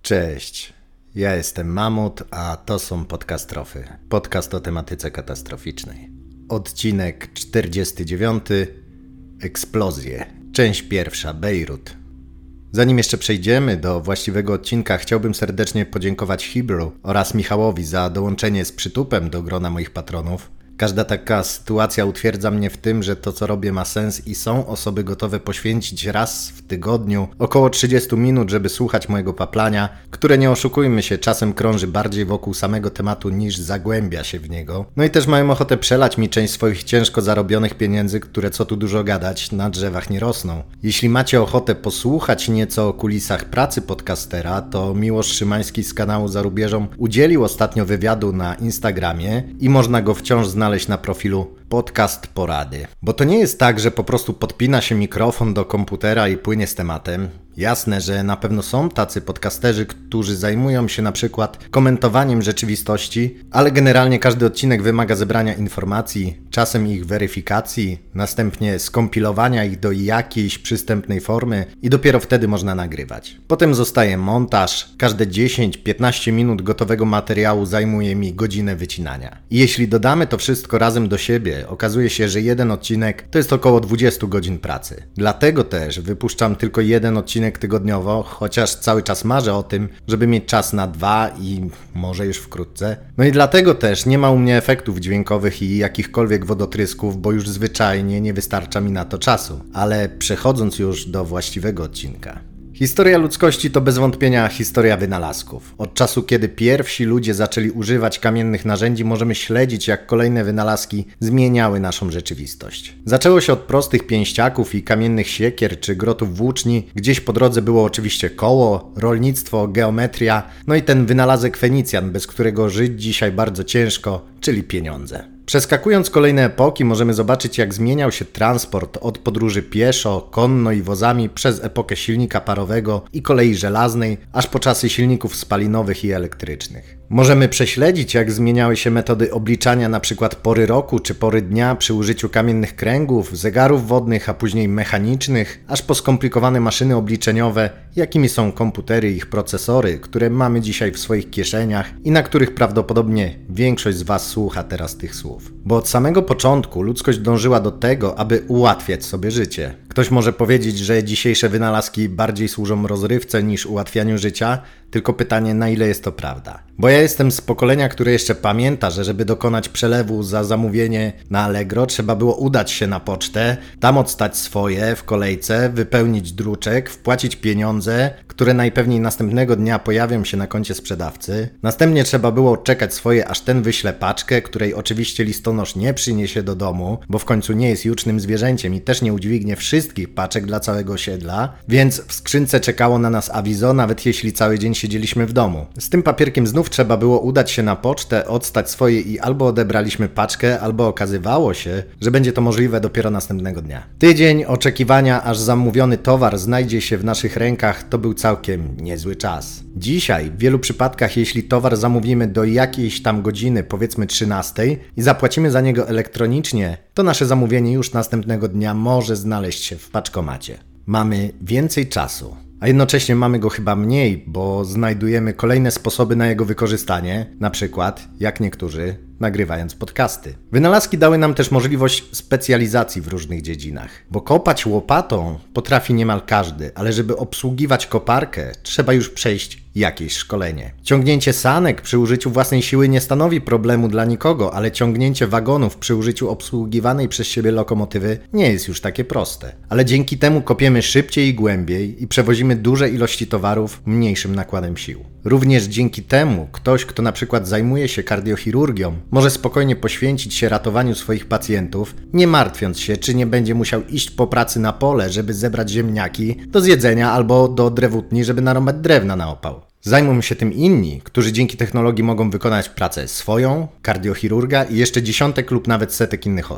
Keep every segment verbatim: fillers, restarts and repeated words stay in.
Cześć, ja jestem Mamut, a to są Podcastrofy, podcast o tematyce katastroficznej. Odcinek czterdziesty dziewiąty, Eksplozje, część pierwsza, Bejrut. Zanim jeszcze przejdziemy do właściwego odcinka, chciałbym serdecznie podziękować Hebrew oraz Michałowi za dołączenie z przytupem do grona moich patronów. Każda taka sytuacja utwierdza mnie w tym, że to co robię ma sens i są osoby gotowe poświęcić raz w tygodniu około trzydzieści minut, żeby słuchać mojego paplania, które, nie oszukujmy się, czasem krąży bardziej wokół samego tematu niż zagłębia się w niego. No i też mają ochotę przelać mi część swoich ciężko zarobionych pieniędzy, które, co tu dużo gadać, na drzewach nie rosną. Jeśli macie ochotę posłuchać nieco o kulisach pracy podcastera, to Miłosz Szymański z kanału Za Rubieżą udzielił ostatnio wywiadu na Instagramie i można go wciąż znaleźć znaleźć na profilu Podcast Porady. Bo to nie jest tak, że po prostu podpina się mikrofon do komputera i płynie z tematem. Jasne, że na pewno są tacy podcasterzy, którzy zajmują się na przykład komentowaniem rzeczywistości, ale generalnie każdy odcinek wymaga zebrania informacji, czasem ich weryfikacji, następnie skompilowania ich do jakiejś przystępnej formy i dopiero wtedy można nagrywać. Potem zostaje montaż, każde dziesięć do piętnastu minut gotowego materiału zajmuje mi godzinę wycinania. I jeśli dodamy to wszystko razem do siebie, okazuje się, że jeden odcinek to jest około dwadzieścia godzin pracy. Dlatego też wypuszczam tylko jeden odcinek tygodniowo, chociaż cały czas marzę o tym, żeby mieć czas na dwa i może już wkrótce. No i dlatego też nie ma u mnie efektów dźwiękowych i jakichkolwiek wodotrysków, bo już zwyczajnie nie wystarcza mi na to czasu. Ale przechodząc już do właściwego odcinka. Historia ludzkości to bez wątpienia historia wynalazków. Od czasu, kiedy pierwsi ludzie zaczęli używać kamiennych narzędzi, możemy śledzić, jak kolejne wynalazki zmieniały naszą rzeczywistość. Zaczęło się od prostych pięściaków i kamiennych siekier czy grotów włóczni. Gdzieś po drodze było oczywiście koło, rolnictwo, geometria, no i ten wynalazek Fenicjan, bez którego żyć dzisiaj bardzo ciężko, czyli pieniądze. Przeskakując kolejne epoki, możemy zobaczyć, jak zmieniał się transport od podróży pieszo, konno i wozami przez epokę silnika parowego i kolei żelaznej, aż po czasy silników spalinowych i elektrycznych. Możemy prześledzić, jak zmieniały się metody obliczania np. pory roku czy pory dnia przy użyciu kamiennych kręgów, zegarów wodnych, a później mechanicznych, aż po skomplikowane maszyny obliczeniowe, jakimi są komputery i ich procesory, które mamy dzisiaj w swoich kieszeniach i na których prawdopodobnie większość z Was słucha teraz tych słów. Bo od samego początku ludzkość dążyła do tego, aby ułatwiać sobie życie. Ktoś może powiedzieć, że dzisiejsze wynalazki bardziej służą rozrywce niż ułatwianiu życia, tylko pytanie, na ile jest to prawda. Bo ja jestem z pokolenia, które jeszcze pamięta, że żeby dokonać przelewu za zamówienie na Allegro, trzeba było udać się na pocztę, tam odstać swoje w kolejce, wypełnić druczek, wpłacić pieniądze, które najpewniej następnego dnia pojawią się na koncie sprzedawcy. Następnie trzeba było czekać swoje, aż ten wyśle paczkę, której oczywiście listonosz nie przyniesie do domu, bo w końcu nie jest jucznym zwierzęciem i też nie udźwignie wszystkich paczek dla całego osiedla, więc w skrzynce czekało na nas awizo, nawet jeśli cały dzień siedzieliśmy w domu. Z tym papierkiem znów trzeba było udać się na pocztę, odstać swoje i albo odebraliśmy paczkę, albo okazywało się, że będzie to możliwe dopiero następnego dnia. Tydzień oczekiwania, aż zamówiony towar znajdzie się w naszych rękach, to był całkiem niezły czas. Dzisiaj w wielu przypadkach, jeśli towar zamówimy do jakiejś tam godziny, powiedzmy trzynastej, i zapłacimy za niego elektronicznie, to nasze zamówienie już następnego dnia może znaleźć się w paczkomacie. Mamy więcej czasu. A jednocześnie mamy go chyba mniej, bo znajdujemy kolejne sposoby na jego wykorzystanie, na przykład, jak niektórzy, nagrywając podcasty. Wynalazki dały nam też możliwość specjalizacji w różnych dziedzinach, bo kopać łopatą potrafi niemal każdy, ale żeby obsługiwać koparkę, trzeba już przejść jakieś szkolenie. Ciągnięcie sanek przy użyciu własnej siły nie stanowi problemu dla nikogo, ale ciągnięcie wagonów przy użyciu obsługiwanej przez siebie lokomotywy nie jest już takie proste. Ale dzięki temu kopiemy szybciej i głębiej i przewozimy duże ilości towarów mniejszym nakładem sił. Również dzięki temu ktoś, kto na przykład zajmuje się kardiochirurgią, może spokojnie poświęcić się ratowaniu swoich pacjentów, nie martwiąc się, czy nie będzie musiał iść po pracy na pole, żeby zebrać ziemniaki do zjedzenia albo do drewutni, żeby narąbać drewna na opał. Zajmą się tym inni, którzy dzięki technologii mogą wykonać pracę swoją, kardiochirurga i jeszcze dziesiątek lub nawet setek innych osób.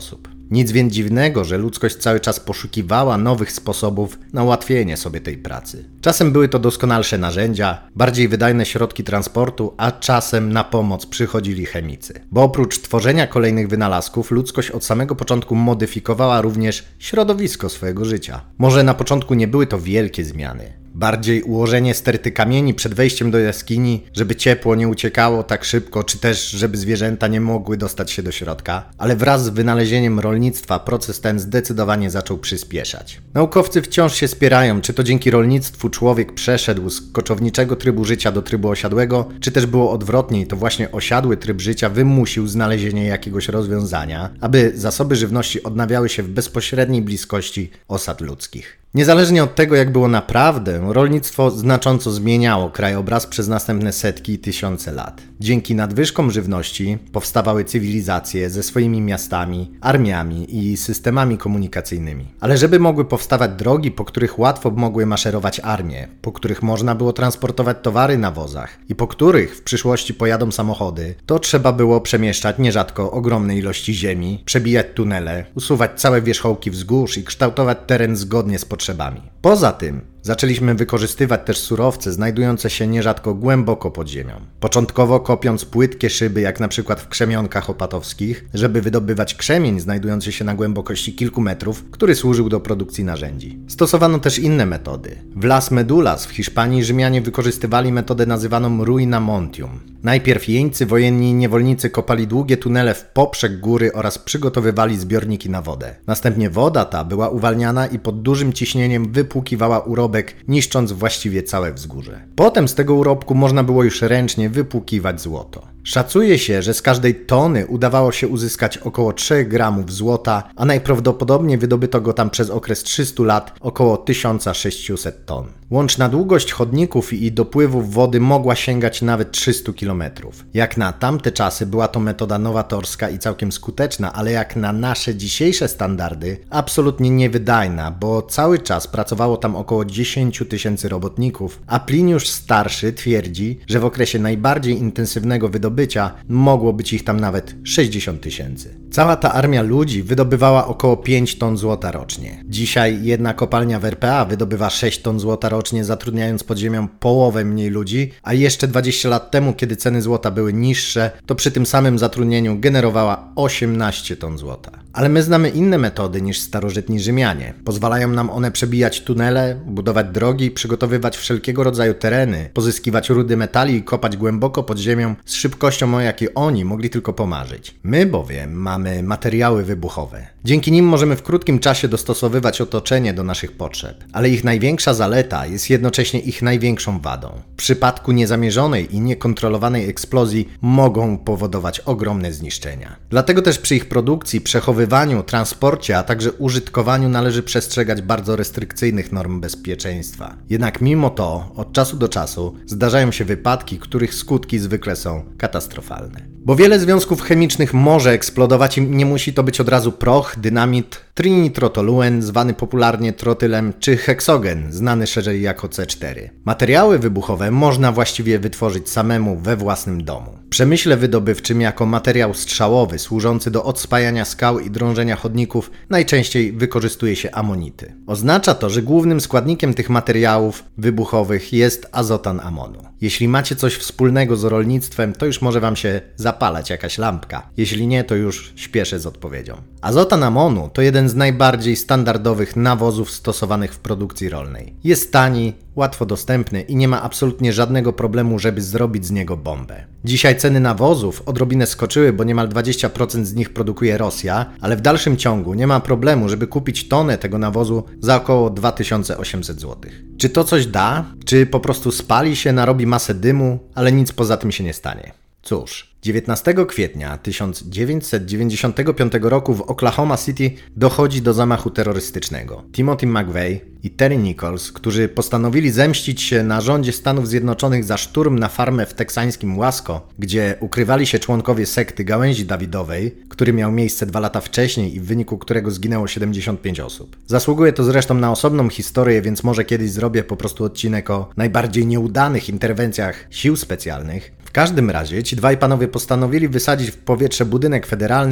Nic więc dziwnego, że ludzkość cały czas poszukiwała nowych sposobów na ułatwienie sobie tej pracy. Czasem były to doskonalsze narzędzia, bardziej wydajne środki transportu, a czasem na pomoc przychodzili chemicy. Bo oprócz tworzenia kolejnych wynalazków, ludzkość od samego początku modyfikowała również środowisko swojego życia. Może na początku nie były to wielkie zmiany. Bardziej ułożenie sterty kamieni przed wejściem do jaskini, żeby ciepło nie uciekało tak szybko, czy też żeby zwierzęta nie mogły dostać się do środka. Ale wraz z wynalezieniem rolnictwa proces ten zdecydowanie zaczął przyspieszać. Naukowcy wciąż się spierają, czy to dzięki rolnictwu człowiek przeszedł z koczowniczego trybu życia do trybu osiadłego, czy też było odwrotnie i to właśnie osiadły tryb życia wymusił znalezienie jakiegoś rozwiązania, aby zasoby żywności odnawiały się w bezpośredniej bliskości osad ludzkich. Niezależnie od tego, jak było naprawdę, rolnictwo znacząco zmieniało krajobraz przez następne setki i tysiące lat. Dzięki nadwyżkom żywności powstawały cywilizacje ze swoimi miastami, armiami i systemami komunikacyjnymi. Ale żeby mogły powstawać drogi, po których łatwo mogły maszerować armie, po których można było transportować towary na wozach i po których w przyszłości pojadą samochody, to trzeba było przemieszczać nierzadko ogromne ilości ziemi, przebijać tunele, usuwać całe wierzchołki wzgórz i kształtować teren zgodnie z potrzebami. Poza tym zaczęliśmy wykorzystywać też surowce znajdujące się nierzadko głęboko pod ziemią. Początkowo kopiąc płytkie szyby, jak na przykład w krzemionkach opatowskich, żeby wydobywać krzemień znajdujący się na głębokości kilku metrów, który służył do produkcji narzędzi. Stosowano też inne metody. W Las Medulas w Hiszpanii Rzymianie wykorzystywali metodę nazywaną ruina montium. Najpierw jeńcy wojenni i niewolnicy kopali długie tunele w poprzek góry oraz przygotowywali zbiorniki na wodę. Następnie woda ta była uwalniana i pod dużym ciśnieniem wypłukiwała urobek, niszcząc właściwie całe wzgórze. Potem z tego urobku można było już ręcznie wypłukiwać złoto. Szacuje się, że z każdej tony udawało się uzyskać około trzech gramów złota, a najprawdopodobniej wydobyto go tam przez okres trzystu lat około tysiąc sześćset ton. Łączna długość chodników i dopływów wody mogła sięgać nawet trzysta kilometrów. Jak na tamte czasy była to metoda nowatorska i całkiem skuteczna, ale jak na nasze dzisiejsze standardy absolutnie niewydajna, bo cały czas pracowało tam około dziesięć tysięcy robotników, a Pliniusz Starszy twierdzi, że w okresie najbardziej intensywnego wydobycia mogło być ich tam nawet sześćdziesiąt tysięcy. Cała ta armia ludzi wydobywała około pięć ton złota rocznie. Dzisiaj jedna kopalnia w R P A wydobywa sześć ton złota rocznie, zatrudniając pod ziemią połowę mniej ludzi, a jeszcze dwadzieścia lat temu, kiedy ceny złota były niższe, to przy tym samym zatrudnieniu generowała osiemnaście ton złota. Ale my znamy inne metody niż starożytni Rzymianie. Pozwalają nam one przebijać tunele, budować drogi, przygotowywać wszelkiego rodzaju tereny, pozyskiwać rudy metali i kopać głęboko pod ziemią z szybkością, o jakiej oni mogli tylko pomarzyć. My bowiem mamy materiały wybuchowe. Dzięki nim możemy w krótkim czasie dostosowywać otoczenie do naszych potrzeb, ale ich największa zaleta jest jednocześnie ich największą wadą. W przypadku niezamierzonej i niekontrolowanej eksplozji mogą powodować ogromne zniszczenia. Dlatego też przy ich produkcji, przechowywaniu, transporcie, a także użytkowaniu należy przestrzegać bardzo restrykcyjnych norm bezpieczeństwa. Jednak mimo to, od czasu do czasu zdarzają się wypadki, których skutki zwykle są katastrofalne. Bo wiele związków chemicznych może eksplodować i nie musi to być od razu proch, dynamit, trinitrotoluen, zwany popularnie trotylem, czy heksogen, znany szerzej jako C cztery. Materiały wybuchowe można właściwie wytworzyć samemu we własnym domu. W przemyśle wydobywczym jako materiał strzałowy służący do odspajania skał i drążenia chodników najczęściej wykorzystuje się amonity. Oznacza to, że głównym składnikiem tych materiałów wybuchowych jest azotan amonu. Jeśli macie coś wspólnego z rolnictwem, to już może wam się zapalać jakaś lampka. Jeśli nie, to już śpieszę z odpowiedzią. Azotan amonu to jeden z najbardziej standardowych nawozów stosowanych w produkcji rolnej. Jest tani, łatwo dostępny i nie ma absolutnie żadnego problemu, żeby zrobić z niego bombę. Dzisiaj ceny nawozów odrobinę skoczyły, bo niemal dwadzieścia procent z nich produkuje Rosja, ale w dalszym ciągu nie ma problemu, żeby kupić tonę tego nawozu za około dwa tysiące osiemset złotych. Czy to coś da? Czy po prostu spali się, narobi masę dymu, ale nic poza tym się nie stanie? Cóż, dziewiętnastego kwietnia tysiąc dziewięćset dziewięćdziesiątego piątego roku w Oklahoma City dochodzi do zamachu terrorystycznego. Timothy McVeigh i Terry Nichols, którzy postanowili zemścić się na rządzie Stanów Zjednoczonych za szturm na farmę w teksańskim Wasco, gdzie ukrywali się członkowie sekty Gałęzi Dawidowej, który miał miejsce dwa lata wcześniej i w wyniku którego zginęło siedemdziesiąt pięć osób. Zasługuje to zresztą na osobną historię, więc może kiedyś zrobię po prostu odcinek o najbardziej nieudanych interwencjach sił specjalnych. W każdym razie ci dwaj panowie postanowili wysadzić w powietrze budynek federalny,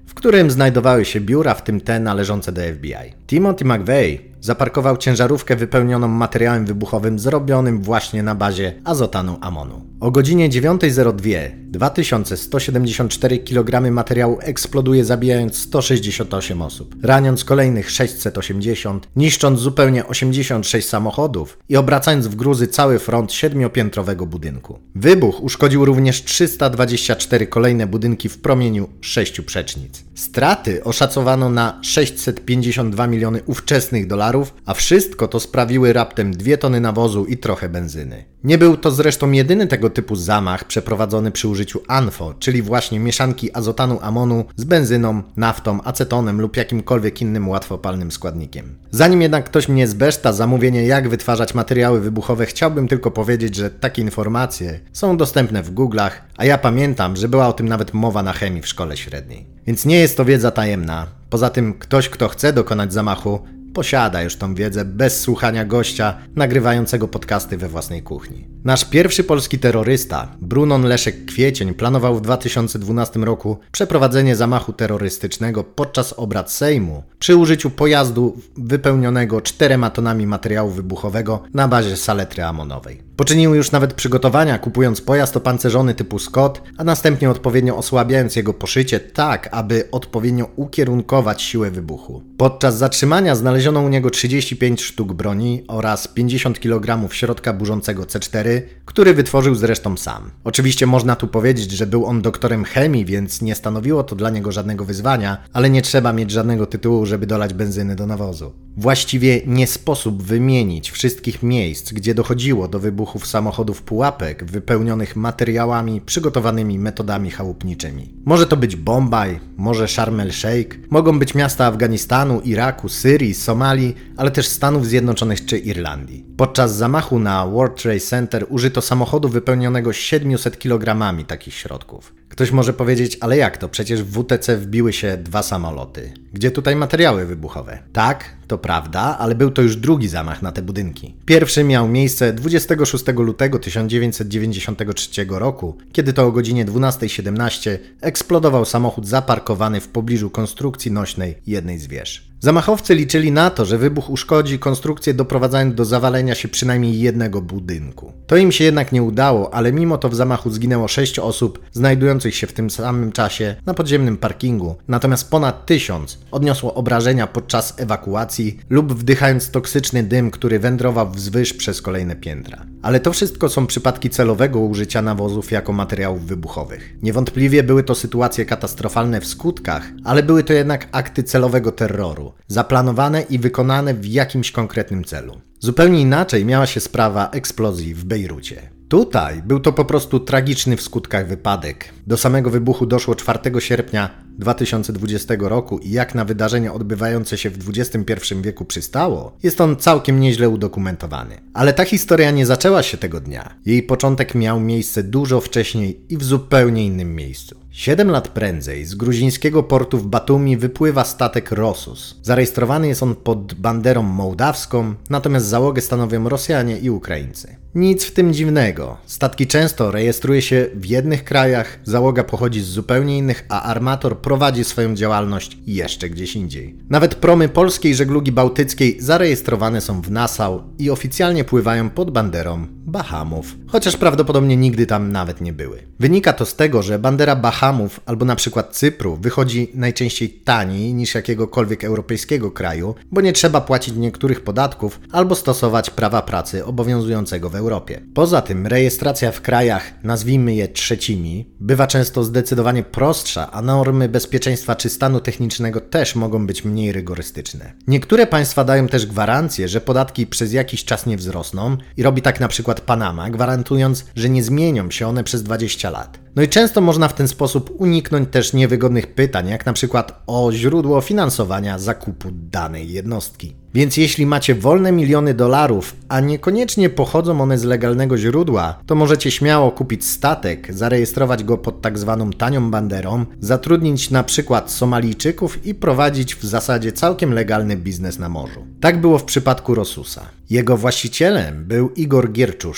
w którym znajdowały się biura, w tym te należące do F B I. Timothy McVeigh zaparkował ciężarówkę wypełnioną materiałem wybuchowym zrobionym właśnie na bazie azotanu amonu. O godzinie dziewiąta zero dwa dwa tysiące sto siedemdziesiąt cztery kilogramy materiału eksploduje, zabijając sto sześćdziesiąt osiem osób, raniąc kolejnych sześćset osiemdziesiąt, niszcząc zupełnie osiemdziesiąt sześć samochodów i obracając w gruzy cały front siedmiopiętrowego budynku. Wybuch uszkodził również trzysta dwadzieścia cztery kolejne budynki w promieniu sześciu przecznic. Straty oszacowano na sześćset pięćdziesiąt dwa miliony ówczesnych dolarów, a wszystko to sprawiły raptem dwie tony nawozu i trochę benzyny. Nie był to zresztą jedyny tego typu zamach przeprowadzony przy użyciu A N F O, czyli właśnie mieszanki azotanu amonu z benzyną, naftą, acetonem lub jakimkolwiek innym łatwopalnym składnikiem. Zanim jednak ktoś mnie zbeszta zamówienie, jak wytwarzać materiały wybuchowe, chciałbym tylko powiedzieć, że takie informacje są dostępne w Google'ach, a ja pamiętam, że była o tym nawet mowa na chemii w szkole średniej. Więc nie jest to wiedza tajemna. Poza tym ktoś, kto chce dokonać zamachu, posiada już tą wiedzę bez słuchania gościa nagrywającego podcasty we własnej kuchni. Nasz pierwszy polski terrorysta, Brunon Leszek Kwiecień, planował w dwa tysiące dwunastym roku przeprowadzenie zamachu terrorystycznego podczas obrad Sejmu przy użyciu pojazdu wypełnionego czterema tonami materiału wybuchowego na bazie saletry amonowej. Poczynił już nawet przygotowania, kupując pojazd opancerzony typu Scott, a następnie odpowiednio osłabiając jego poszycie tak, aby odpowiednio ukierunkować siłę wybuchu. Podczas zatrzymania znaleziono u niego trzydzieści pięć sztuk broni oraz pięćdziesiąt kilogramów środka burzącego C cztery, który wytworzył zresztą sam. Oczywiście można tu powiedzieć, że był on doktorem chemii, więc nie stanowiło to dla niego żadnego wyzwania, ale nie trzeba mieć żadnego tytułu, żeby dolać benzyny do nawozu. Właściwie nie sposób wymienić wszystkich miejsc, gdzie dochodziło do wybuchów samochodów pułapek wypełnionych materiałami przygotowanymi metodami chałupniczymi. Może to być Bombaj, może Sharm el-Sheikh, mogą być miasta Afganistanu, Iraku, Syrii, Somalii, ale też Stanów Zjednoczonych czy Irlandii. Podczas zamachu na World Trade Center użyto samochodu wypełnionego siedmiuset kilogramami takich środków. Ktoś może powiedzieć, ale jak to? Przecież w W T C wbiły się dwa samoloty. Gdzie tutaj materiały wybuchowe? Tak, to prawda, ale był to już drugi zamach na te budynki. Pierwszy miał miejsce dwudziestego szóstego lutego tysiąc dziewięćset dziewięćdziesiątego trzeciego roku, kiedy to o godzinie dwunasta siedemnaście eksplodował samochód zaparkowany w pobliżu konstrukcji nośnej jednej z wież. Zamachowcy liczyli na to, że wybuch uszkodzi konstrukcję, doprowadzając do zawalenia się przynajmniej jednego budynku. To im się jednak nie udało, ale mimo to w zamachu zginęło sześć osób znajdujących się w tym samym czasie na podziemnym parkingu, natomiast ponad tysiąc odniosło obrażenia podczas ewakuacji lub wdychając toksyczny dym, który wędrował wzwyż przez kolejne piętra. Ale to wszystko są przypadki celowego użycia nawozów jako materiałów wybuchowych. Niewątpliwie były to sytuacje katastrofalne w skutkach, ale były to jednak akty celowego terroru, zaplanowane i wykonane w jakimś konkretnym celu. Zupełnie inaczej miała się sprawa eksplozji w Bejrucie. Tutaj był to po prostu tragiczny w skutkach wypadek. Do samego wybuchu doszło czwartego sierpnia dwa tysiące dwudziestego roku i jak na wydarzenie odbywające się w dwudziestym pierwszym wieku przystało, jest on całkiem nieźle udokumentowany. Ale ta historia nie zaczęła się tego dnia. Jej początek miał miejsce dużo wcześniej i w zupełnie innym miejscu. Siedem lat prędzej z gruzińskiego portu w Batumi wypływa statek Rosus. Zarejestrowany jest on pod banderą mołdawską, natomiast załogę stanowią Rosjanie i Ukraińcy. Nic w tym dziwnego. Statki często rejestruje się w jednych krajach, załoga pochodzi z zupełnie innych, a armator prowadzi swoją działalność jeszcze gdzieś indziej. Nawet promy polskiej żeglugi bałtyckiej zarejestrowane są w Nassau i oficjalnie pływają pod banderą Bahamów, chociaż prawdopodobnie nigdy tam nawet nie były. Wynika to z tego, że bandera Bahamów albo na przykład Cypru wychodzi najczęściej taniej niż jakiegokolwiek europejskiego kraju, bo nie trzeba płacić niektórych podatków albo stosować prawa pracy obowiązującego w Europie. Poza tym rejestracja w krajach, nazwijmy je trzecimi, bywa często zdecydowanie prostsza, a normy bezpieczeństwa czy stanu technicznego też mogą być mniej rygorystyczne. Niektóre państwa dają też gwarancję, że podatki przez jakiś czas nie wzrosną i robi tak na przykład Panama, gwarantując, że nie zmienią się one przez dwadzieścia lat. No i często można w ten sposób uniknąć też niewygodnych pytań, jak na przykład o źródło finansowania zakupu danej jednostki. Więc jeśli macie wolne miliony dolarów, a niekoniecznie pochodzą one z legalnego źródła, to możecie śmiało kupić statek, zarejestrować go pod tak zwaną tanią banderą, zatrudnić na przykład Somalijczyków i prowadzić w zasadzie całkiem legalny biznes na morzu. Tak było w przypadku Rosusa. Jego właścicielem był Igor Gierczuszkin.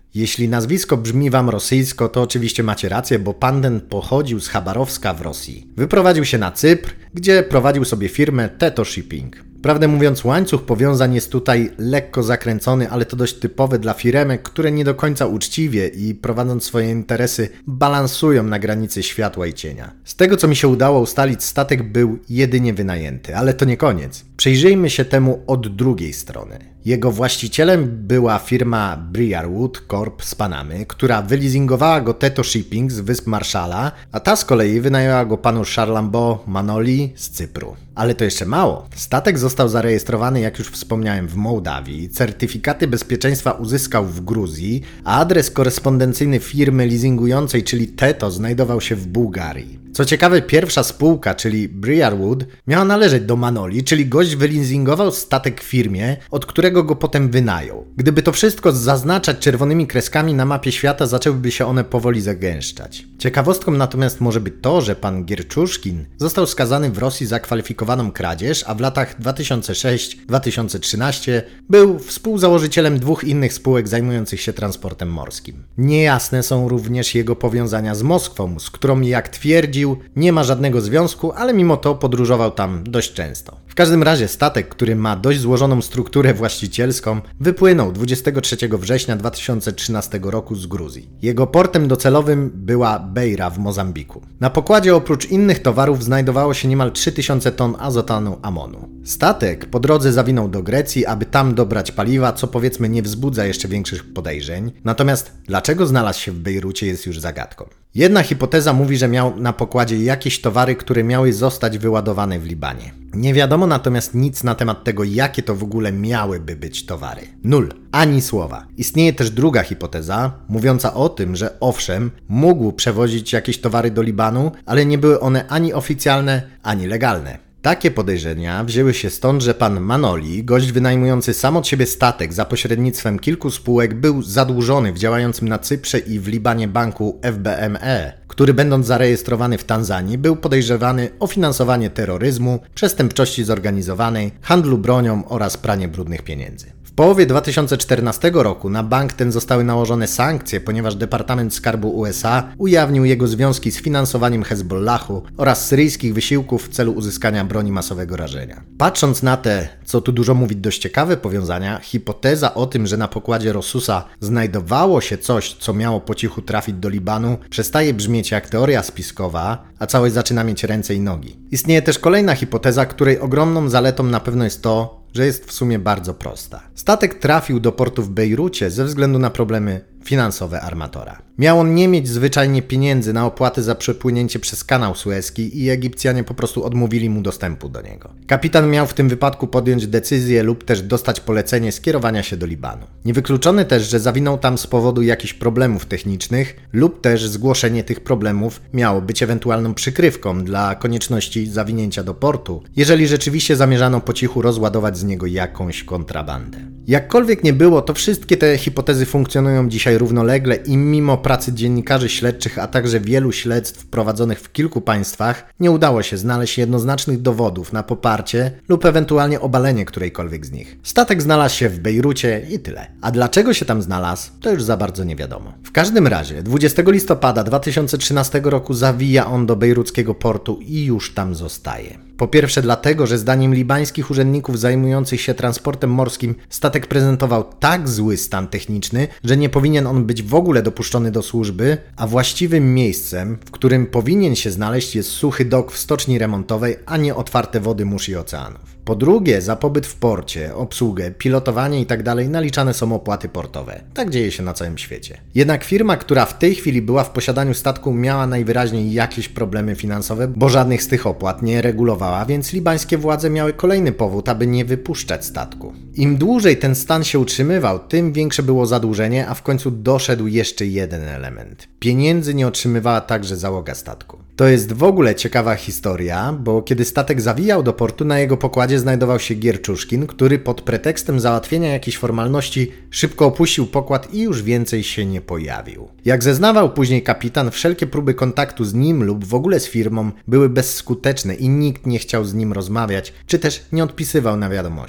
Jeśli nazwisko brzmi wam rosyjsko, to oczywiście macie rację, bo pan ten pochodził z Chabarowska w Rosji. Wyprowadził się na Cypr, gdzie prowadził sobie firmę Teto Shipping. Prawdę mówiąc, łańcuch powiązań jest tutaj lekko zakręcony, ale to dość typowe dla firemek, które nie do końca uczciwie i prowadząc swoje interesy balansują na granicy światła i cienia. Z tego, co mi się udało ustalić, statek był jedynie wynajęty, ale to nie koniec. Przyjrzyjmy się temu od drugiej strony. Jego właścicielem była firma Briarwood Corp z Panamy, która wyleasingowała go Teto Shipping z Wysp Marshalla, a ta z kolei wynajęła go panu Charlambo Manoli z Cypru. Ale to jeszcze mało. Statek został zarejestrowany, jak już wspomniałem, w Mołdawii, certyfikaty bezpieczeństwa uzyskał w Gruzji, a adres korespondencyjny firmy leasingującej, czyli Teto, znajdował się w Bułgarii. Co ciekawe, pierwsza spółka, czyli Briarwood, miała należeć do Manoli, czyli gość wyleasingował statek firmie, od którego go potem wynajął. Gdyby to wszystko zaznaczać czerwonymi kreskami na mapie świata, zaczęłyby się one powoli zagęszczać. Ciekawostką natomiast może być to, że pan Gierczuszkin został skazany w Rosji za kwalifikowaną kradzież, a w latach dwa tysiące szóstym do dwa tysiące trzynastego był współzałożycielem dwóch innych spółek zajmujących się transportem morskim. Niejasne są również jego powiązania z Moskwą, z którą, jak twierdzi, nie ma żadnego związku, ale mimo to podróżował tam dość często. W każdym razie statek, który ma dość złożoną strukturę właścicielską, wypłynął dwudziestego trzeciego września dwa tysiące trzynastego roku z Gruzji. Jego portem docelowym była Beira w Mozambiku. Na pokładzie oprócz innych towarów znajdowało się niemal trzy tysiące ton azotanu amonu. Statek po drodze zawinął do Grecji, aby tam dobrać paliwa, co powiedzmy nie wzbudza jeszcze większych podejrzeń. Natomiast dlaczego znalazł się w Bejrucie, jest już zagadką. Jedna hipoteza mówi, że miał na pokładzie jakieś towary, które miały zostać wyładowane w Libanie. Nie wiadomo natomiast nic na temat tego, jakie to w ogóle miałyby być towary. Nul. Ani słowa. Istnieje też druga hipoteza, mówiąca o tym, że owszem, mógł przewozić jakieś towary do Libanu, ale nie były one ani oficjalne, ani legalne. Takie podejrzenia wzięły się stąd, że pan Manoli, gość wynajmujący sam od siebie statek za pośrednictwem kilku spółek, był zadłużony w działającym na Cyprze i w Libanie banku F B M E, który będąc zarejestrowany w Tanzanii był podejrzewany o finansowanie terroryzmu, przestępczości zorganizowanej, handlu bronią oraz pranie brudnych pieniędzy. W połowie dwa tysiące czternastego roku na bank ten zostały nałożone sankcje, ponieważ Departament Skarbu U S A ujawnił jego związki z finansowaniem Hezbollahu oraz syryjskich wysiłków w celu uzyskania broni masowego rażenia. Patrząc na te, co tu dużo mówić, dość ciekawe powiązania, hipoteza o tym, że na pokładzie Rosusa znajdowało się coś, co miało po cichu trafić do Libanu, przestaje brzmieć jak teoria spiskowa, a całość zaczyna mieć ręce i nogi. Istnieje też kolejna hipoteza, której ogromną zaletą na pewno jest to, że jest w sumie bardzo prosta. Statek trafił do portu w Bejrucie ze względu na problemy finansowe armatora. Miał on nie mieć zwyczajnie pieniędzy na opłaty za przepłynięcie przez kanał Suezki i Egipcjanie po prostu odmówili mu dostępu do niego. Kapitan miał w tym wypadku podjąć decyzję lub też dostać polecenie skierowania się do Libanu. Niewykluczone też, że zawinął tam z powodu jakichś problemów technicznych lub też zgłoszenie tych problemów miało być ewentualną przykrywką dla konieczności zawinięcia do portu, jeżeli rzeczywiście zamierzano po cichu rozładować z niego jakąś kontrabandę. Jakkolwiek nie było, to wszystkie te hipotezy funkcjonują dzisiaj równolegle i mimo pracy dziennikarzy śledczych, a także wielu śledztw prowadzonych w kilku państwach, nie udało się znaleźć jednoznacznych dowodów na poparcie lub ewentualnie obalenie którejkolwiek z nich. Statek znalazł się w Bejrucie i tyle. A dlaczego się tam znalazł, to już za bardzo nie wiadomo. W każdym razie dwudziestego listopada dwa tysiące trzynastego roku zawija on do bejruckiego portu i już tam zostaje. Po pierwsze dlatego, że zdaniem libańskich urzędników zajmujących się transportem morskim statek prezentował tak zły stan techniczny, że nie powinien on być w ogóle dopuszczony do służby, a właściwym miejscem, w którym powinien się znaleźć, jest suchy dok w stoczni remontowej, a nie otwarte wody mórz i oceanów. Po drugie, za pobyt w porcie, obsługę, pilotowanie itd. Naliczane są opłaty portowe. Tak dzieje się na całym świecie. Jednak firma, która w tej chwili była w posiadaniu statku, miała najwyraźniej jakieś problemy finansowe, bo żadnych z tych opłat nie regulowała, więc libańskie władze miały kolejny powód, aby nie wypuszczać statku. Im dłużej ten stan się utrzymywał, tym większe było zadłużenie, a w końcu doszedł jeszcze jeden element. Pieniędzy nie otrzymywała także załoga statku. To jest w ogóle ciekawa historia, bo kiedy statek zawijał do portu, na jego pokładzie znajdował się Gierczuszkin, który pod pretekstem załatwienia jakiejś formalności szybko opuścił pokład i już więcej się nie pojawił. Jak zeznawał później kapitan, wszelkie próby kontaktu z nim lub w ogóle z firmą były bezskuteczne i nikt nie chciał z nim rozmawiać, czy też nie odpisywał na wiadomości.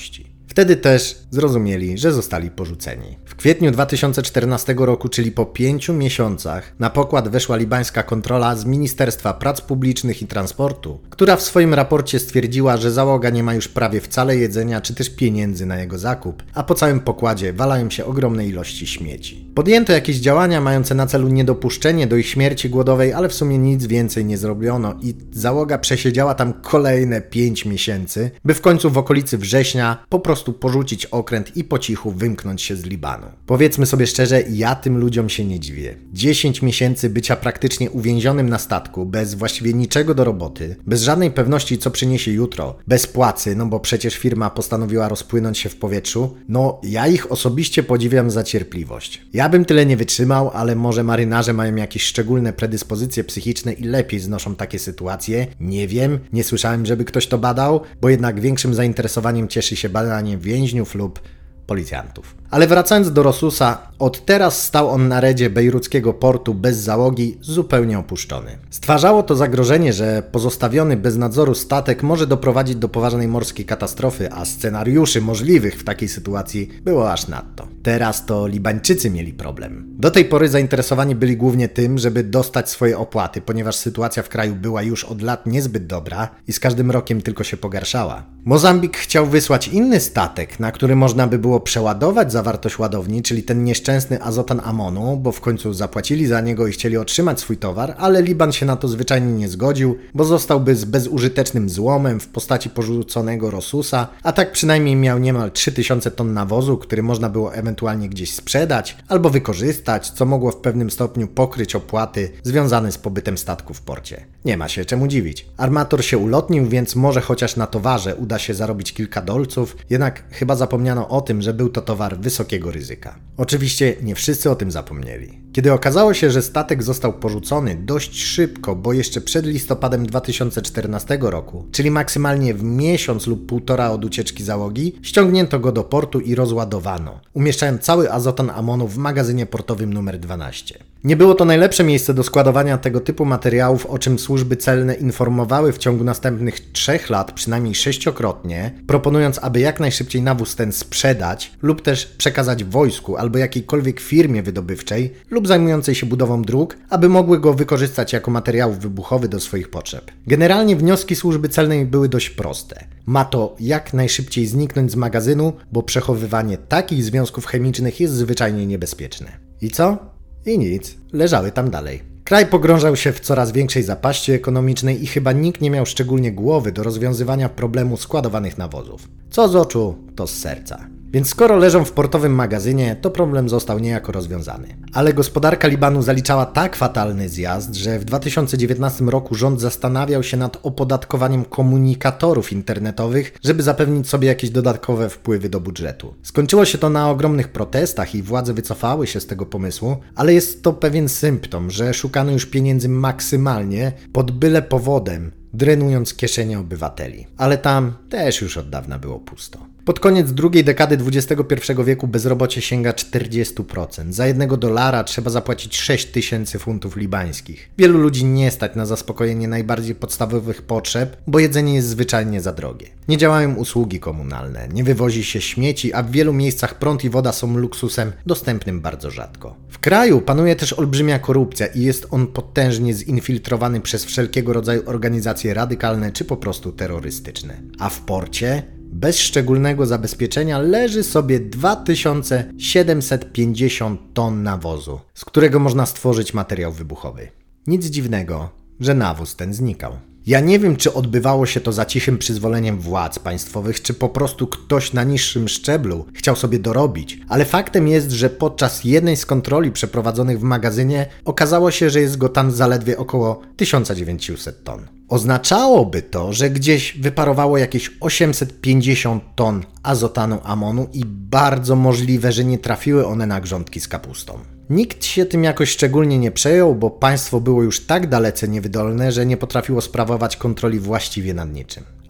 Wtedy też zrozumieli, że zostali porzuceni. W kwietniu dwa tysiące czternastego roku, czyli po pięciu miesiącach, na pokład weszła libańska kontrola z Ministerstwa Prac Publicznych i Transportu, która w swoim raporcie stwierdziła, że załoga nie ma już prawie wcale jedzenia czy też pieniędzy na jego zakup, a po całym pokładzie walają się ogromne ilości śmieci. Podjęto jakieś działania mające na celu niedopuszczenie do ich śmierci głodowej, ale w sumie nic więcej nie zrobiono i załoga przesiedziała tam kolejne pięć miesięcy, by w końcu w okolicy września po prostu porzucić okręt i po cichu wymknąć się z Libanu. Powiedzmy sobie szczerze, ja tym ludziom się nie dziwię. dziesięć miesięcy bycia praktycznie uwięzionym na statku, bez właściwie niczego do roboty, bez żadnej pewności, co przyniesie jutro, bez płacy, no bo przecież firma postanowiła rozpłynąć się w powietrzu, no ja ich osobiście podziwiam za cierpliwość. Ja bym tyle nie wytrzymał, ale może marynarze mają jakieś szczególne predyspozycje psychiczne i lepiej znoszą takie sytuacje. Nie wiem, nie słyszałem, żeby ktoś to badał, bo jednak większym zainteresowaniem cieszy się badanie więźniów lub policjantów. Ale wracając do Rosusa, od teraz stał on na redzie bejruckiego portu bez załogi, zupełnie opuszczony. Stwarzało to zagrożenie, że pozostawiony bez nadzoru statek może doprowadzić do poważnej morskiej katastrofy, a scenariuszy możliwych w takiej sytuacji było aż nadto. Teraz to Libańczycy mieli problem. Do tej pory zainteresowani byli głównie tym, żeby dostać swoje opłaty, ponieważ sytuacja w kraju była już od lat niezbyt dobra i z każdym rokiem tylko się pogarszała. Mozambik chciał wysłać inny statek, na który można by było przeładować zawartość ładowni, czyli ten nieszczęsny azotan amonu, bo w końcu zapłacili za niego i chcieli otrzymać swój towar, ale Liban się na to zwyczajnie nie zgodził, bo zostałby z bezużytecznym złomem w postaci porzuconego Rosusa, a tak przynajmniej miał niemal trzy tysiące ton nawozu, który można było ewentualnie gdzieś sprzedać albo wykorzystać, co mogło w pewnym stopniu pokryć opłaty związane z pobytem statku w porcie. Nie ma się czemu dziwić. Armator się ulotnił, więc może chociaż na towarze uda się zarobić kilka dolców, jednak chyba zapomniano o tym, że był to towar wysokiego ryzyka. Oczywiście nie wszyscy o tym zapomnieli. Kiedy okazało się, że statek został porzucony dość szybko, bo jeszcze przed listopadem dwa tysiące czternastego roku, czyli maksymalnie w miesiąc lub półtora od ucieczki załogi, ściągnięto go do portu i rozładowano, umieszczając cały azotan amonu w magazynie portowym numer dwanaście. Nie było to najlepsze miejsce do składowania tego typu materiałów, o czym służby celne informowały w ciągu następnych trzech lat przynajmniej sześciokrotnie, proponując, aby jak najszybciej nawóz ten sprzedać lub też przekazać wojsku albo jakiejkolwiek firmie wydobywczej lub zajmującej się budową dróg, aby mogły go wykorzystać jako materiał wybuchowy do swoich potrzeb. Generalnie wnioski służby celnej były dość proste. Ma to jak najszybciej zniknąć z magazynu, bo przechowywanie takich związków chemicznych jest zwyczajnie niebezpieczne. I co? I nic, leżały tam dalej. Kraj pogrążał się w coraz większej zapaści ekonomicznej i chyba nikt nie miał szczególnie głowy do rozwiązywania problemu składowanych nawozów. Co z oczu, to z serca. Więc skoro leżą w portowym magazynie, to problem został niejako rozwiązany. Ale gospodarka Libanu zaliczała tak fatalny zjazd, że w dwa tysiące dziewiętnastym roku rząd zastanawiał się nad opodatkowaniem komunikatorów internetowych, żeby zapewnić sobie jakieś dodatkowe wpływy do budżetu. Skończyło się to na ogromnych protestach i władze wycofały się z tego pomysłu, ale jest to pewien symptom, że szukano już pieniędzy maksymalnie pod byle powodem, drenując kieszenie obywateli. Ale tam też już od dawna było pusto. Pod koniec drugiej dekady dwudziestego pierwszego wieku bezrobocie sięga czterdzieści procent. Za jednego dolara trzeba zapłacić sześć tysięcy funtów libańskich. Wielu ludzi nie stać na zaspokojenie najbardziej podstawowych potrzeb, bo jedzenie jest zwyczajnie za drogie. Nie działają usługi komunalne, nie wywozi się śmieci, a w wielu miejscach prąd i woda są luksusem dostępnym bardzo rzadko. W kraju panuje też olbrzymia korupcja i jest on potężnie zinfiltrowany przez wszelkiego rodzaju organizacje radykalne czy po prostu terrorystyczne. A w porcie bez szczególnego zabezpieczenia leży sobie dwa tysiące siedemset pięćdziesiąt ton nawozu, z którego można stworzyć materiał wybuchowy. Nic dziwnego, że nawóz ten znikał. Ja nie wiem, czy odbywało się to za cichym przyzwoleniem władz państwowych, czy po prostu ktoś na niższym szczeblu chciał sobie dorobić, ale faktem jest, że podczas jednej z kontroli przeprowadzonych w magazynie okazało się, że jest go tam zaledwie około tysiąc dziewięćset ton. Oznaczałoby to, że gdzieś wyparowało jakieś osiemset pięćdziesiąt ton azotanu amonu i bardzo możliwe, że nie trafiły one na grządki z kapustą. Nikt się tym jakoś szczególnie nie przejął, bo państwo było już tak dalece niewydolne, że nie potrafiło sprawować kontroli właściwie nad niczym.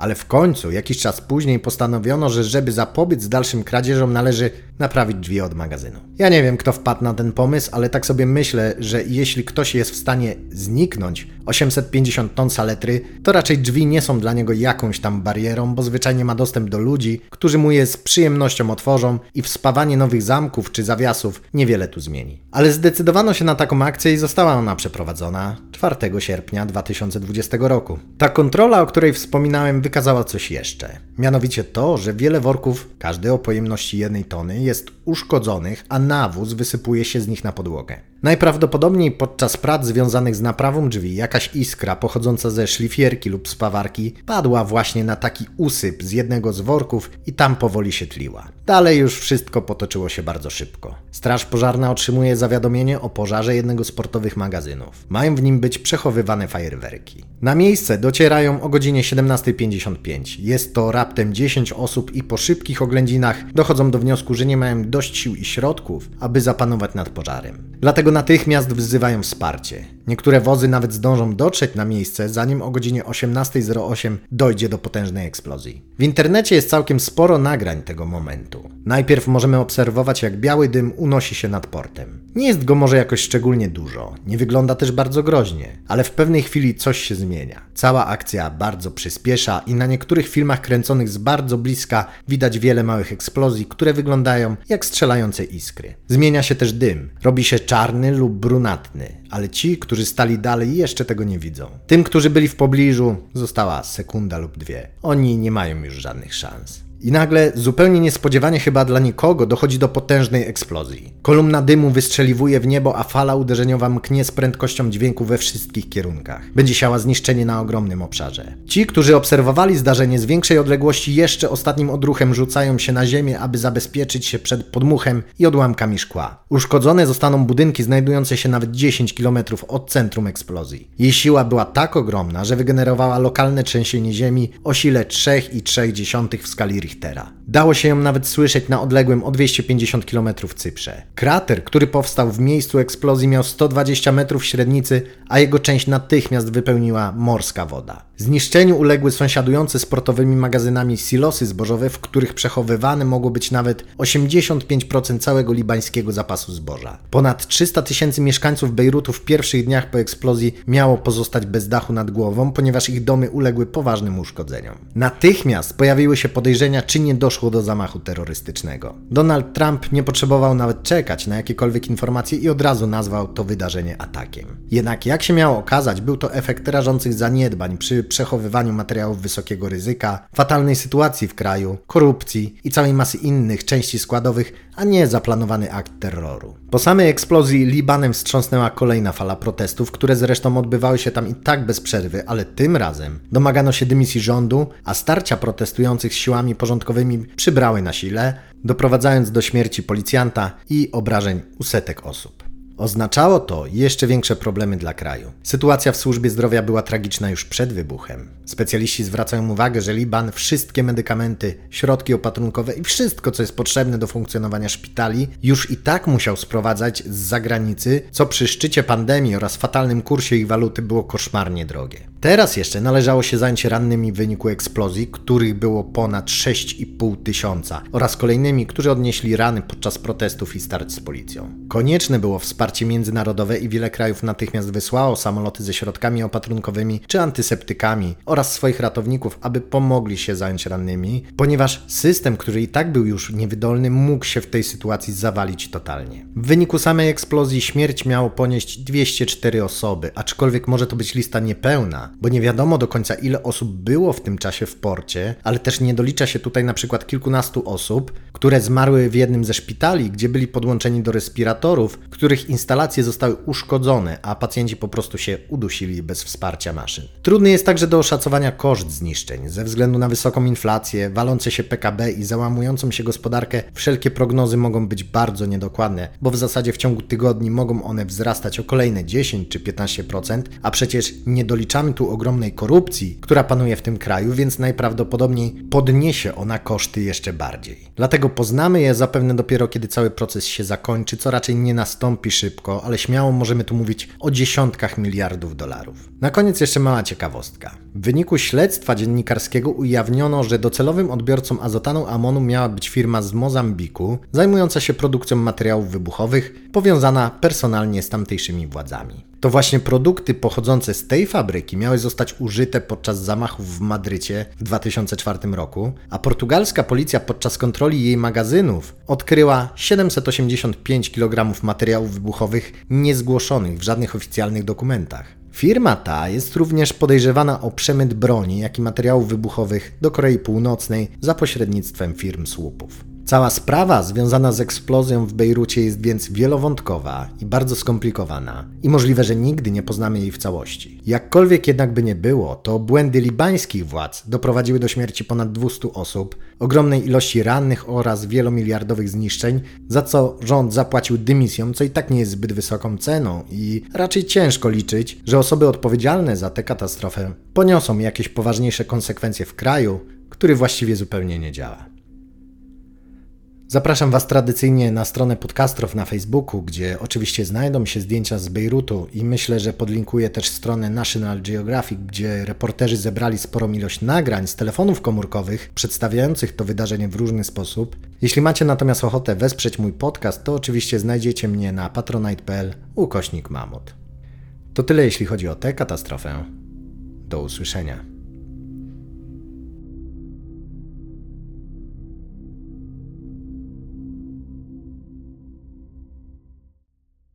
Ale w końcu, jakiś czas później postanowiono, że żeby zapobiec dalszym kradzieżom należy naprawić drzwi od magazynu. Ja nie wiem, kto wpadł na ten pomysł, ale tak sobie myślę, że jeśli ktoś jest w stanie zniknąć osiemset pięćdziesiąt ton saletry, to raczej drzwi nie są dla niego jakąś tam barierą, bo zwyczajnie ma dostęp do ludzi, którzy mu je z przyjemnością otworzą i wspawanie nowych zamków czy zawiasów niewiele tu zmieni. Ale zdecydowano się na taką akcję i została ona przeprowadzona czwartego sierpnia dwa tysiące dwudziestego roku. Ta kontrola, o której wspominałem, wykazała coś jeszcze. Mianowicie to, że wiele worków, każdy o pojemności jednej tony, jest uszkodzonych, a nawóz wysypuje się z nich na podłogę. Najprawdopodobniej podczas prac związanych z naprawą drzwi jakaś iskra pochodząca ze szlifierki lub spawarki padła właśnie na taki usyp z jednego z worków i tam powoli się tliła. Dalej już wszystko potoczyło się bardzo szybko. Straż pożarna otrzymuje zawiadomienie o pożarze jednego z portowych magazynów. Mają w nim być przechowywane fajerwerki. Na miejsce docierają o godzinie siedemnasta pięćdziesiąt pięć. Jest to raptem dziesięć osób i po szybkich oględzinach dochodzą do wniosku, że nie mają dość sił i środków, aby zapanować nad pożarem. Dlatego natychmiast wzywają wsparcie. Niektóre wozy nawet zdążą dotrzeć na miejsce, zanim o godzinie osiemnasta zero osiem dojdzie do potężnej eksplozji. W internecie jest całkiem sporo nagrań tego momentu. Najpierw możemy obserwować, jak biały dym unosi się nad portem. Nie jest go może jakoś szczególnie dużo, nie wygląda też bardzo groźnie, ale w pewnej chwili coś się zmienia. Cała akcja bardzo przyspiesza i na niektórych filmach kręconych z bardzo bliska widać wiele małych eksplozji, które wyglądają jak strzelające iskry. Zmienia się też dym, robi się czarny lub brunatny, ale ci, którzy stali dalej, jeszcze tego nie widzą. Tym, którzy byli w pobliżu, została sekunda lub dwie. Oni nie mają już żadnych szans. I nagle, zupełnie niespodziewanie chyba dla nikogo, dochodzi do potężnej eksplozji. Kolumna dymu wystrzeliwuje w niebo, a fala uderzeniowa mknie z prędkością dźwięku we wszystkich kierunkach. Będzie siała zniszczenie na ogromnym obszarze. Ci, którzy obserwowali zdarzenie z większej odległości, jeszcze ostatnim odruchem rzucają się na ziemię, aby zabezpieczyć się przed podmuchem i odłamkami szkła. Uszkodzone zostaną budynki znajdujące się nawet dziesięć kilometrów od centrum eksplozji. Jej siła była tak ogromna, że wygenerowała lokalne trzęsienie ziemi o sile trzy przecinek trzy w skali Richtera. Dało się ją nawet słyszeć na odległym o dwieście pięćdziesiąt kilometrów Cyprze. Krater, który powstał w miejscu eksplozji, miał sto dwadzieścia metrów średnicy, a jego część natychmiast wypełniła morska woda. Zniszczeniu uległy sąsiadujące z portowymi magazynami silosy zbożowe, w których przechowywane mogło być nawet osiemdziesiąt pięć procent całego libańskiego zapasu zboża. Ponad trzysta tysięcy mieszkańców Bejrutu w pierwszych dniach po eksplozji miało pozostać bez dachu nad głową, ponieważ ich domy uległy poważnym uszkodzeniom. Natychmiast pojawiły się podejrzenia, czy nie doszło do zamachu terrorystycznego. Donald Trump nie potrzebował nawet czekać na jakiekolwiek informacje i od razu nazwał to wydarzenie atakiem. Jednak jak się miało okazać, był to efekt rażących zaniedbań przy przechowywaniu materiałów wysokiego ryzyka, fatalnej sytuacji w kraju, korupcji i całej masy innych części składowych, a nie zaplanowany akt terroru. Po samej eksplozji Libanem wstrząsnęła kolejna fala protestów, które zresztą odbywały się tam i tak bez przerwy, ale tym razem domagano się dymisji rządu, a starcia protestujących z siłami porządkowymi przybrały na sile, doprowadzając do śmierci policjanta i obrażeń u setek osób. Oznaczało to jeszcze większe problemy dla kraju. Sytuacja w służbie zdrowia była tragiczna już przed wybuchem. Specjaliści zwracają uwagę, że Liban wszystkie medykamenty, środki opatrunkowe i wszystko, co jest potrzebne do funkcjonowania szpitali, już i tak musiał sprowadzać z zagranicy, co przy szczycie pandemii oraz fatalnym kursie ich waluty było koszmarnie drogie. Teraz jeszcze należało się zająć rannymi w wyniku eksplozji, których było ponad sześć i pół tysiąca, oraz kolejnymi, którzy odnieśli rany podczas protestów i starć z policją. Konieczne było wsparcie międzynarodowe i wiele krajów natychmiast wysłało samoloty ze środkami opatrunkowymi czy antyseptykami oraz swoich ratowników, aby pomogli się zająć rannymi, ponieważ system, który i tak był już niewydolny, mógł się w tej sytuacji zawalić totalnie. W wyniku samej eksplozji śmierć miało ponieść dwieście cztery osoby, aczkolwiek może to być lista niepełna, bo nie wiadomo do końca, ile osób było w tym czasie w porcie, ale też nie dolicza się tutaj na przykład kilkunastu osób, które zmarły w jednym ze szpitali, gdzie byli podłączeni do respiratorów, których instalacje zostały uszkodzone, a pacjenci po prostu się udusili bez wsparcia maszyn. Trudny jest także do oszacowania koszt zniszczeń. Ze względu na wysoką inflację, walące się P K B i załamującą się gospodarkę, wszelkie prognozy mogą być bardzo niedokładne, bo w zasadzie w ciągu tygodni mogą one wzrastać o kolejne dziesięć czy piętnaście procent, a przecież nie doliczamy tu ogromnej korupcji, która panuje w tym kraju, więc najprawdopodobniej podniesie ona koszty jeszcze bardziej. Dlatego poznamy je zapewne dopiero, kiedy cały proces się zakończy, co raczej nie nastąpi szybko, ale śmiało możemy tu mówić o dziesiątkach miliardów dolarów. Na koniec jeszcze mała ciekawostka. W wyniku śledztwa dziennikarskiego ujawniono, że docelowym odbiorcą azotanu amonu miała być firma z Mozambiku, zajmująca się produkcją materiałów wybuchowych, powiązana personalnie z tamtejszymi władzami. To właśnie produkty pochodzące z tej fabryki miały zostać użyte podczas zamachów w Madrycie w dwa tysiące czwartym roku, a portugalska policja podczas kontroli jej magazynów odkryła siedemset osiemdziesiąt pięć kilogramów materiałów wybuchowych niezgłoszonych w żadnych oficjalnych dokumentach. Firma ta jest również podejrzewana o przemyt broni, jak i materiałów wybuchowych do Korei Północnej za pośrednictwem firm słupów. Cała sprawa związana z eksplozją w Bejrucie jest więc wielowątkowa i bardzo skomplikowana i możliwe, że nigdy nie poznamy jej w całości. Jakkolwiek jednak by nie było, to błędy libańskich władz doprowadziły do śmierci ponad dwustu osób, ogromnej ilości rannych oraz wielomiliardowych zniszczeń, za co rząd zapłacił dymisją, co i tak nie jest zbyt wysoką ceną i raczej ciężko liczyć, że osoby odpowiedzialne za tę katastrofę poniosą jakieś poważniejsze konsekwencje w kraju, który właściwie zupełnie nie działa. Zapraszam Was tradycyjnie na stronę Podcastrow na Facebooku, gdzie oczywiście znajdą się zdjęcia z Bejrutu i myślę, że podlinkuję też stronę National Geographic, gdzie reporterzy zebrali sporą ilość nagrań z telefonów komórkowych przedstawiających to wydarzenie w różny sposób. Jeśli macie natomiast ochotę wesprzeć mój podcast, to oczywiście znajdziecie mnie na patronite kropka p l ukośnik mamut. To tyle jeśli chodzi o tę katastrofę. Do usłyszenia.